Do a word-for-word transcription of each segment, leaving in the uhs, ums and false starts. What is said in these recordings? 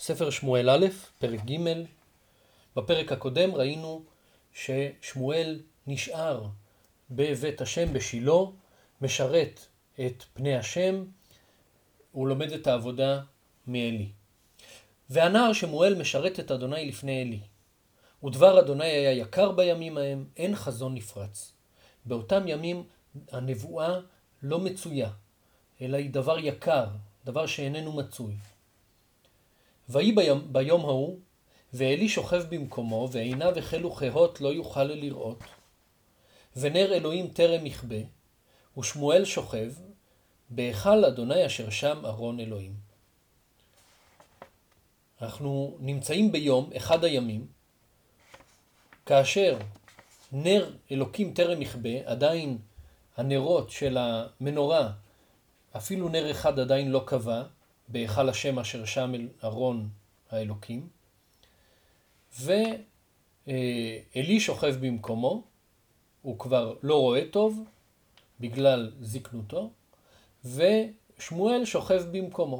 ספר שמואל א', פרק ג'. בפרק הקודם ראינו ששמואל נשאר בבית השם בשילה, משרת את פני השם, הוא לומד את העבודה מאלי. והנער שמואל משרת את אדוני לפני אלי. ודבר אדוני היה יקר בימים ההם, אין חזון נפרץ. באותם ימים הנבואה לא מצויה, אלא היא דבר יקר, דבר שאיננו מצוי. ויהי ביום, ביום ההוא, ואלי שוכב במקומו, ועיניו החלו כהות לא יוכל לראות. ונר אלוהים טרם יכבה, ושמואל שוכב, בהיכל אדוני אשר שם ארון אלוהים. אנחנו נמצאים ביום, אחד הימים, כאשר נר אלוקים טרם יכבה, עדיין הנרות של המנורה, אפילו נר אחד עדיין לא קבע, בהיכל השם אשר שם ארון האלוקים, ואלי שוכב במקומו, הוא כבר לא רואה טוב בגלל זקנותו, ושמואל שוכב במקומו.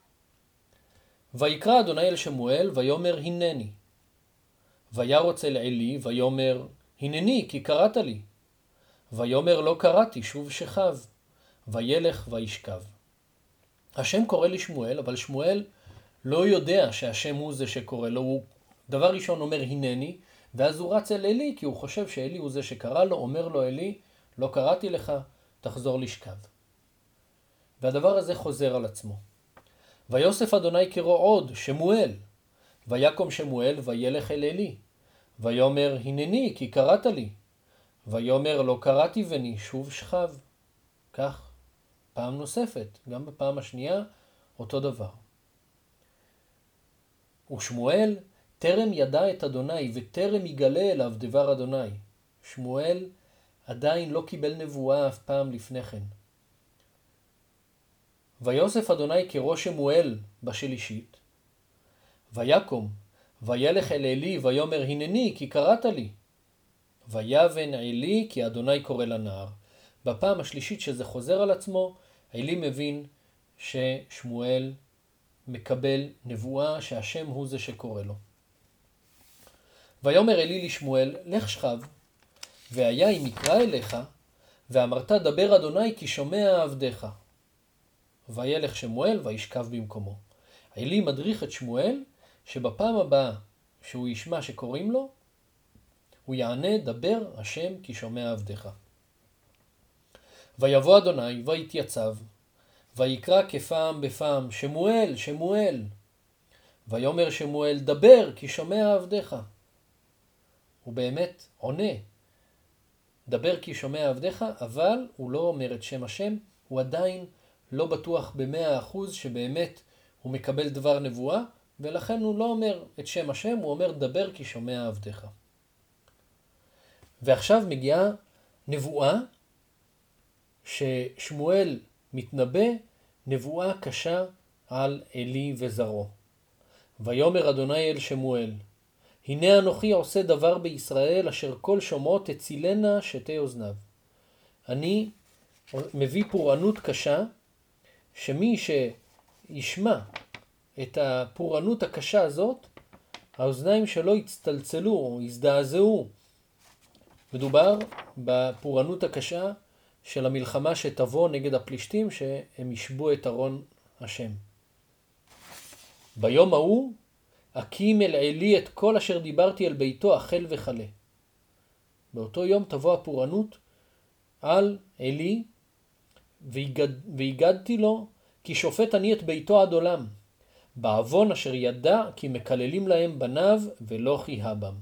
ויקרא אדוני אל שמואל ויאמר הנני. וירוץ אל אלי ויאמר הנני כי קראת לי. ויאמר לא קראתי, שוב שכב. וילך וישכב. השם קורא לשמואל, אבל שמואל לא יודע שהשם הוא זה שקורא לו. הוא דבר ראשון אומר הנני, ואז הוא רץ אל אלי כי הוא חושב שאלי הוא זה שקרא לו. אומר לו אלי, לא קראתי לך, תחזור לשכב. והדבר הזה חוזר על עצמו. ויוסף אדוני קרא עוד, שמואל. ויקום שמואל וילך אל אלי. ויאמר הנני כי קראת לי. ויאמר לא קראתי בני, שוב שכב. כך פעם נוספת, גם בפעם השנייה אותו דבר. ושמואל טרם ידע את אדוני וטרם יגלה אליו דבר אדוני. שמואל עדיין לא קיבל נבואה אף פעם לפני כן. ויוסף אדוני קרא שמואל בשלישית. ויקום וילך אל אלי ויאמר הנני כי קראת לי. ויבן אלי כי אדוני קורא לנער. בפעם השלישית שזה חוזר על עצמו, אלי מבין ששמואל מקבל נבואה שהשם הוא זה שקורא לו. ויאמר אלי לשמואל, לך שכב, והיה אם יקרא אליך, ואמרת דבר אדוני כי שומע עבדיך. וילך שמואל וישכב במקומו. אלי מדריך את שמואל, שבפעם הבאה שהוא ישמע שקוראים לו, הוא יענה דבר השם כי שומע עבדיך. ויבוא אדוני ויתייצב, ויקרא כפעם בפעם, שמואל, שמואל. ויאמר שמואל, דבר כי שומע עבדיך. הוא באמת עונה, דבר כי שומע עבדיך, אבל הוא לא אומר את שם השם, הוא עדיין לא בטוח במאה אחוז שבאמת הוא מקבל דבר נבואה, ולכן הוא לא אומר את שם השם, הוא אומר דבר כי שומע עבדיך. ועכשיו מגיעה נבואה, ששמואל מתנבא נבואה קשה על אלי וזרעו. ויאמר אדוני אל שמואל, הנה אנוכי עושה דבר בישראל אשר כל שומעו תצילנה שתי אוזניו. אני מביא פורענות קשה, שמי שישמע את הפורענות הקשה הזאת, האוזניים שלו יצטלצלו או יזדעזעו. מדובר בפורענות הקשה של המלחמה שתבוא נגד הפלישתים, שהם ישבו את ארון השם. ביום ההוא אקים אל אלי את כל אשר דיברתי אל ביתו החל וחלה. באותו יום תבוא הפורענות על אלי, והגד, והגדתי לו כי שופט אני את ביתו עד עולם, בעוון אשר ידע כי מקללים להם בניו ולא חיה בם.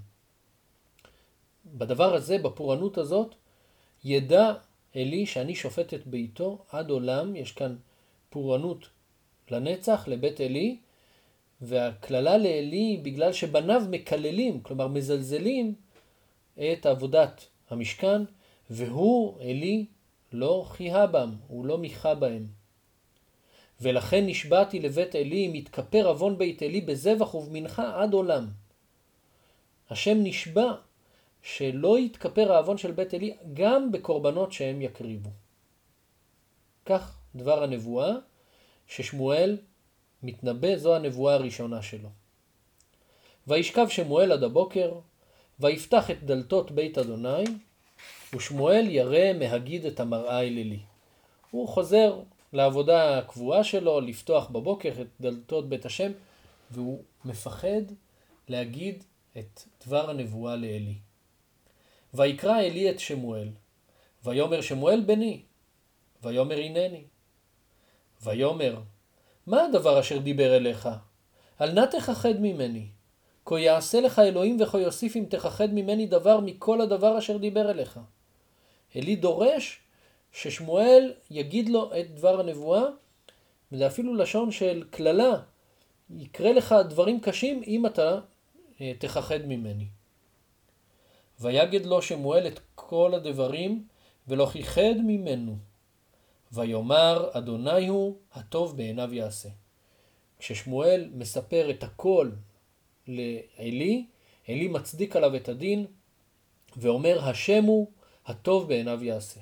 בדבר הזה, בפורענות הזאת, ידע אלי שאני שופט את ביתו עד עולם. יש כאן פורענות לנצח לבית אלי, והכללה לאלי בגלל שבניו מקללים, כלומר מזלזלים את עבודת המשכן, והוא אלי לא חיה בם, הוא לא מיכה בהם. ולכן נשבעתי לבית אלי אם יתכפר עוון בית אלי בזבח ובמנחה עד עולם. השם נשבע שלא יתכפר העוון של בית אלי גם בקורבנות שהם יקריבו. כך דבר הנבואה ששמואל מתנבא, זו הנבואה הראשונה שלו. וישכב שמואל עד הבוקר, ויפתח את דלתות בית אדוני, ושמואל ירא מהגיד את המראה אל עלי. הוא חוזר לעבודה הקבועה שלו, לפתוח בבוקר את דלתות בית השם, והוא מפחד להגיד את דבר הנבואה לעלי. ויקרא עלי את שמואל, ויאמר שמואל בני, ויאמר הנני. ויאמר, מה הדבר אשר דיבר אליך? אל נא תכחד ממני. כה יעשה לך אלוהים וכה יוסיף אם תכחד ממני דבר מכל הדבר אשר דיבר אליך. עלי דורש ששמואל יגיד לו את דבר הנבואה, וזה אפילו לשון של כללה, יקרה לך דברים קשים אם אתה תכחד ממני. ויגד לו שמואל את כל הדברים, ולא כיחד ממנו. ויאמר אדוני הוא הטוב בעיניו יעשה. כששמואל מספר את הכל לעלי, עלי מצדיק עליו את הדין, ואומר השם הוא הטוב בעיניו יעשה.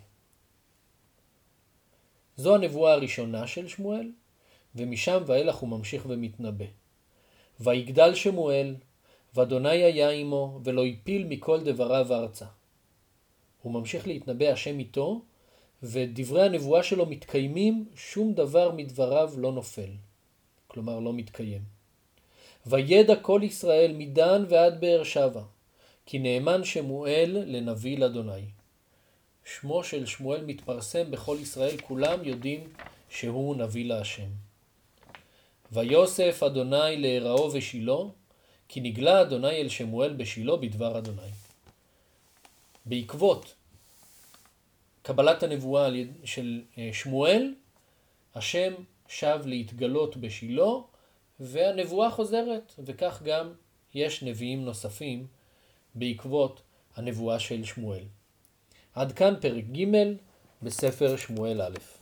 זו הנבואה הראשונה של שמואל, ומשם ואילך הוא ממשיך ומתנבא. ויגדל שמואל, ואדוני היה עמו, ולא יפיל מכל דבריו ארצה. הוא ממשיך להתנבא השם איתו, ודברי הנבואה שלו מתקיימים, שום דבר מדבריו לא נופל. כלומר לא מתקיים. וידע כל ישראל מדן ועד באר שבע, כי נאמן שמואל לנביא לאדוני. שמו של שמואל מתפרסם בכל ישראל, כולם יודעים שהוא נביא להשם. ויוסף אדוני להיראו ושילה, כי נגלה אדוני אל שמואל בשילה בדבר אדוני. בעקבות קבלת הנבואה של שמואל, השם שב להתגלות בשילה, והנבואה חוזרת, וכך גם יש נביאים נוספים בעקבות הנבואה של שמואל. עד כאן פרק ג' בספר שמואל א'.